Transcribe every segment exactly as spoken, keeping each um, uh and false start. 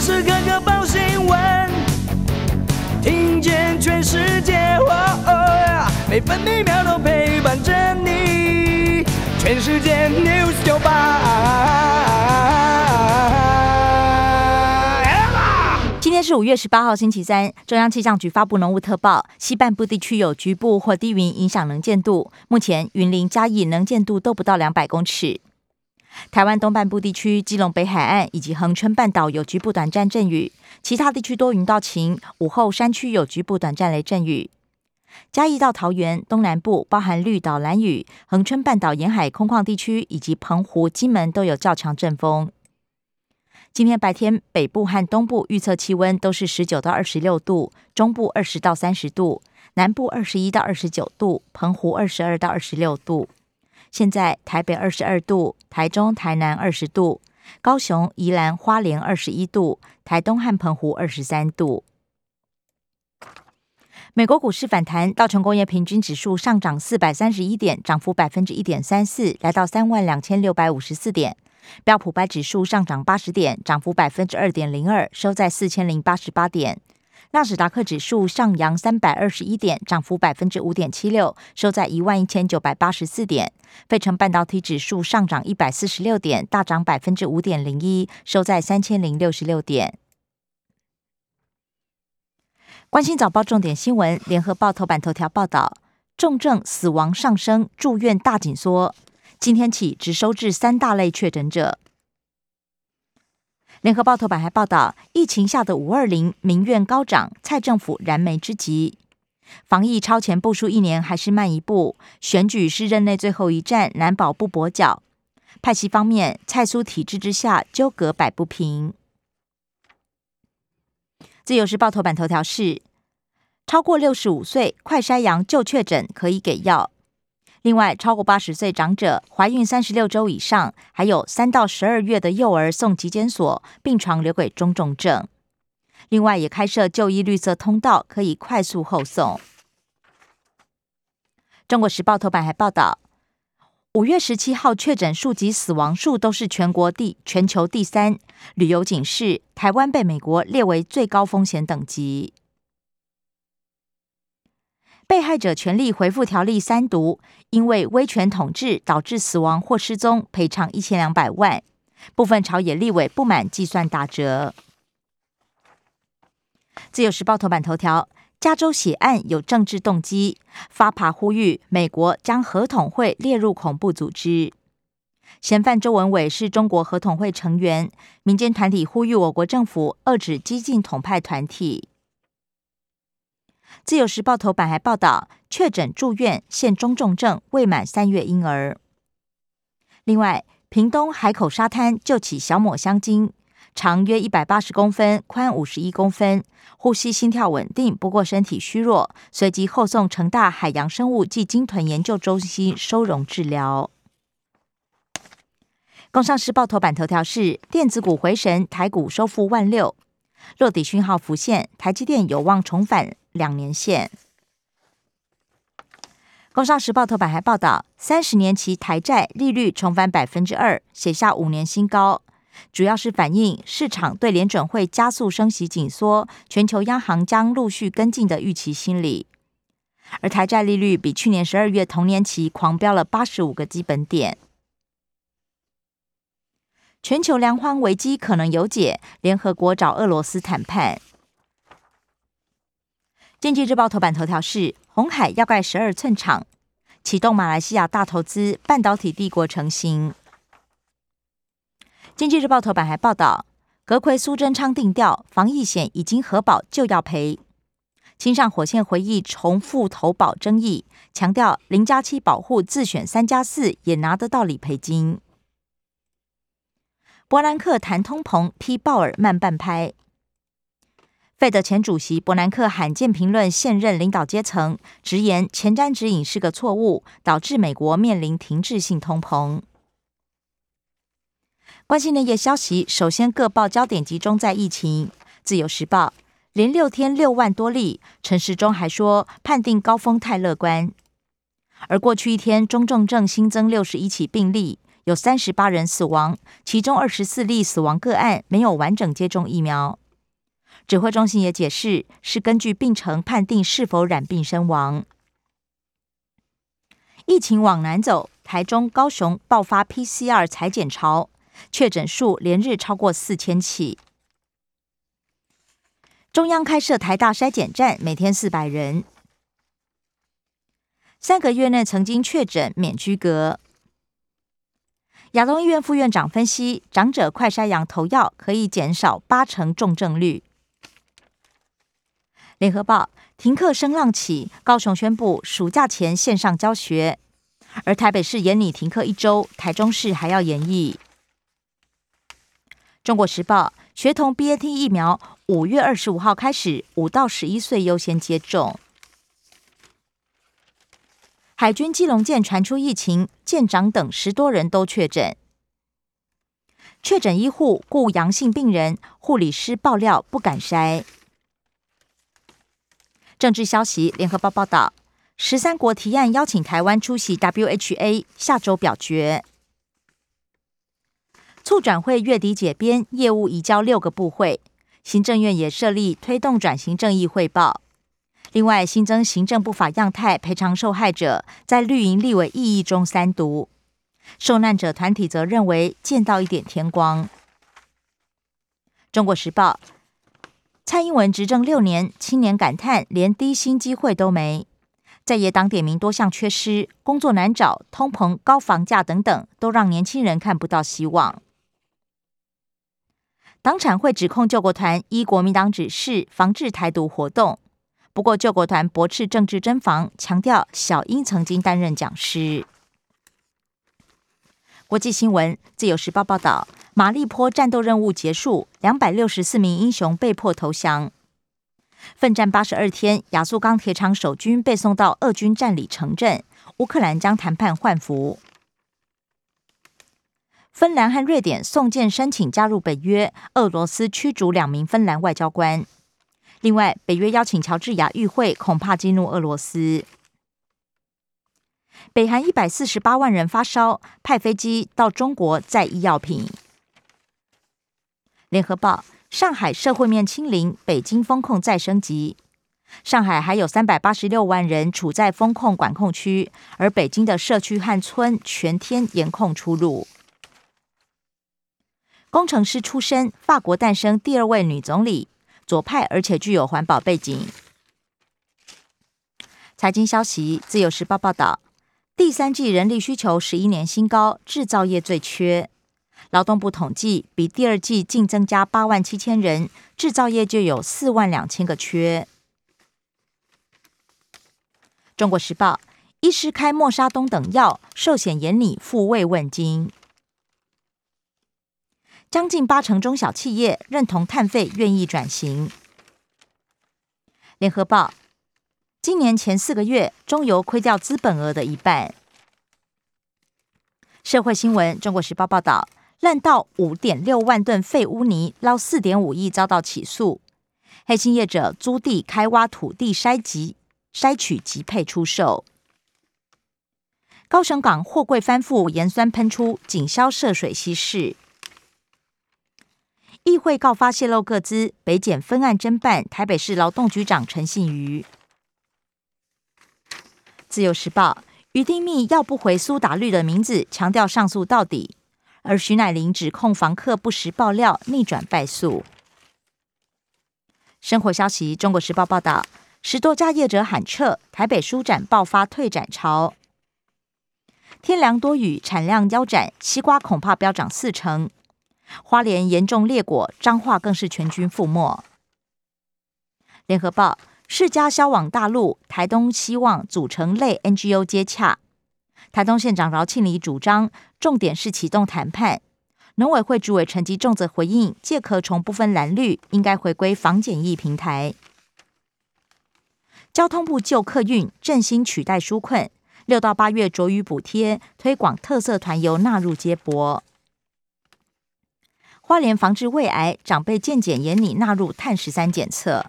时刻刻报新闻，听见全世界，哦哦，每分每秒都陪伴着你。全世界 News 九八。 今天是五月十八号星期三，中央气象局发布浓雾特报，西半部地区有局部或低云影响能见度，目前云林嘉义能见度都不到两百公尺。台湾东半部地区、基隆北海岸以及恒春半岛有局部短暂阵雨，其他地区多云到晴，午后山区有局部短暂雷阵雨。嘉义到桃园东南部包含绿岛、兰屿、恒春半岛沿海空旷地区以及澎湖、金门都有较强阵风。今天白天北部和东部预测气温都是十九到二十六度，中部二十到三十度，南部二十一到二十九度，澎湖二十二到二十六度。现在台北二十二度，台中、台南二十度，高雄、宜兰、花莲二十一度，台东和澎湖二十三度。美国股市反弹，道琼工业平均指数上涨四百三十一点，涨幅百分之一点三四，来到三万两千六百五十四点。标普百指数上涨八十点，涨幅百分之二点零二，收在四千零八十八点。纳斯达克指数上扬三百二十一点，涨幅百分之五点七六，收在一万一千九百八十四点。费城半导体指数上涨一百四十六点，大涨百分之五点零一，收在三千零六十六点。关心早报重点新闻，联合报头版头条报道，重症死亡上升，住院大紧缩，今天起只收治三大类确诊者。联合报头版还报道，疫情下的五二零民怨高涨，蔡政府燃眉之急。防疫超前部署一年还是慢一步，选举是任内最后一战，难保不跛脚。派系方面，蔡苏体制之下纠葛摆不平。自由时报头版头条是，超过六十五岁快筛阳就确诊可以给药。另外，超过八十岁长者、怀孕三十六周以上，还有三到十二月的幼儿送疾检所，病床留给中重症。另外，也开设就医绿色通道，可以快速后送。中国时报头版还报道，五月十七号确诊数及死亡数都是全国第全球第三。旅游警示，台湾被美国列为最高风险等级。被害者权利回复条例三读，因为威权统治导致死亡或失踪，赔偿一千两百万。部分朝野立委不满计算打折。自由时报头版头条，加州血案有政治动机，发爬呼吁美国将合统会列入恐怖组织。嫌犯周文伟是中国合统会成员，民间团体呼吁我国政府遏制激进统派团体。自由时报头版还报道，确诊住院现中重症未满三月婴儿。另外，屏东海口沙滩救起小抹香鲸，长约一百八十公分，宽五十一公分，呼吸心跳稳定，不过身体虚弱，随即后送成大海洋生物暨鲸豚研究中心收容治疗。工商时报头版头条是，电子股回神，台股收复万六，落底讯号浮现，台积电有望重返两年线。工商时报头版还报道，三十年期台债利率重返百分之二，写下五年新高，主要是反映市场对联准会加速升息紧缩，全球央行将陆续跟进的预期心理。而台债利率比去年十二月同年期狂飙了八十五个基本点。全球粮荒危机可能有解，联合国找俄罗斯谈判。经济日报头版头条是，鸿海要盖十二寸厂，启动马来西亚大投资，半导体帝国成型。经济日报头版还报道，阁揆苏贞昌定调，防疫险已经核保就要赔。青上火线回忆重复投保争议，强调零加七保护自选三加四也拿得到理赔金。伯南克谈通膨，批鲍尔慢半拍。费德前主席伯南克罕见评论现任领导阶层，直言前瞻指引是个错误，导致美国面临停滞性通膨。关心内页消息，首先各报焦点集中在疫情。自由时报连六天六万多例，陈时中还说判定高峰太乐观。而过去一天中重症新增六十一起病例， 有三十八人死亡，其中二十四例死亡个案没有完整接种疫苗。指挥中心也解释，是根据病程判定是否染病身亡。疫情往南走，台中、高雄爆发 P C R 采检潮，确诊数连日超过四千起。中央开设台大筛检站，每天四百人。三个月内曾经确诊免居隔。亚东医院副院长分析，长者快筛阳投药可以减少八成重症率。联合报，停课声浪起，高雄宣布暑假前线上教学，而台北市延拟停课一周，台中市还要延役。中国时报，学童 B A T 疫苗五月二十五号开始，五到十一岁优先接种。海军基隆舰传出疫情，舰长等十多人都确诊。确诊医护雇阳性病人，护理师爆料不敢筛。政治消息，联合报报道，十三国提案邀请台湾出席 W H A， 下周表决。促转会月底解编，业务移交六个部会。行政院也设立推动转型正义汇报。另外新增行政不法样态赔偿受害者在绿营立委异议中三读，受难者团体则认为见到一点天光。中国时报，蔡英文执政六年，青年感叹连低薪机会都没，在野党点名多项缺失，工作难找、通膨、高房价等等，都让年轻人看不到希望。党产会指控救国团依国民党指示防治台独活动，不过救国团驳斥政治侦防，强调小英曾经担任讲师。国际新闻，自由时报报道，马利坡战斗任务结束，两百六十四名英雄被迫投降。奋战八十二天，亚速钢铁厂守军被送到俄军占领城镇，乌克兰将谈判换俘。芬兰和瑞典送件申请加入北约，俄罗斯驱逐两名芬兰外交官。另外，北约邀请乔治亚与会，恐怕激怒俄罗斯。北韩一百四十八万人发烧，派飞机到中国载医药品。联合报，上海社会面清零，北京封控再升级。上海还有三百八十六万人处在封控管控区，而北京的社区和村全天严控出入。工程师出身，法国诞生第二位女总理，左派而且具有环保背景。财经消息，自由时报报道，第三季人力需求十一年新高，制造业最缺。劳动部统计，比第二季净增加八万七千人，制造业就有四万两千个缺。中国时报，医师开默沙东等药，寿险延拟付慰问金。将近八成中小企业认同碳费，愿意转型。联合报，今年前四个月，中油亏掉资本额的一半。社会新闻，中国时报报道，滥倒五点六万吨废污泥，捞四点五亿遭到起诉。黑心业者租地开挖土地筛集筛取集配出售。高雄港货柜翻覆，盐酸喷出，警消涉水稀释。议会告发泄露个资，北检分案侦办，台北市劳动局长陈信瑜。自由时报，于丁密要不回苏打绿的名字，强调上诉到底，而徐乃麟指控房客不实爆料，逆转败诉。生活消息，中国时报报道，十多家业者喊撤，台北书展爆发退展潮。天凉多雨，产量腰斩，西瓜恐怕飙涨四成。花莲严重裂果，彰化更是全军覆没。联合报，世家销往大陆，台东希望组成类 N G O 接洽。台东县长饶庆黎主张，重点是启动谈判。农委会主委陈吉仲则回应，介壳虫不分蓝绿，应该回归防检疫平台。交通部救客运，振兴取代纾困，六到八月着予补贴，推广特色团游纳入接驳。花莲防治胃癌，长辈健检研拟纳入碳十三检测。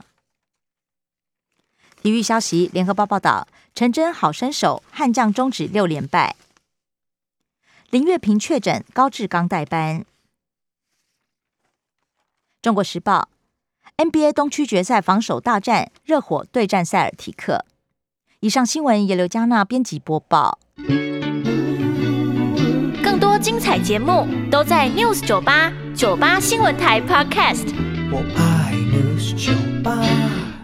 体育消息，联合报报道，陈真好身手，悍将终止六连败。 林岳平确诊高志刚代班。中国时报 N B A 东区决赛防守大战，热火对战塞尔提克。以上新闻由刘嘉娜编辑播报。 更多精彩节目都在 News 九八九八新闻台 Podcast。 我爱 News 九八。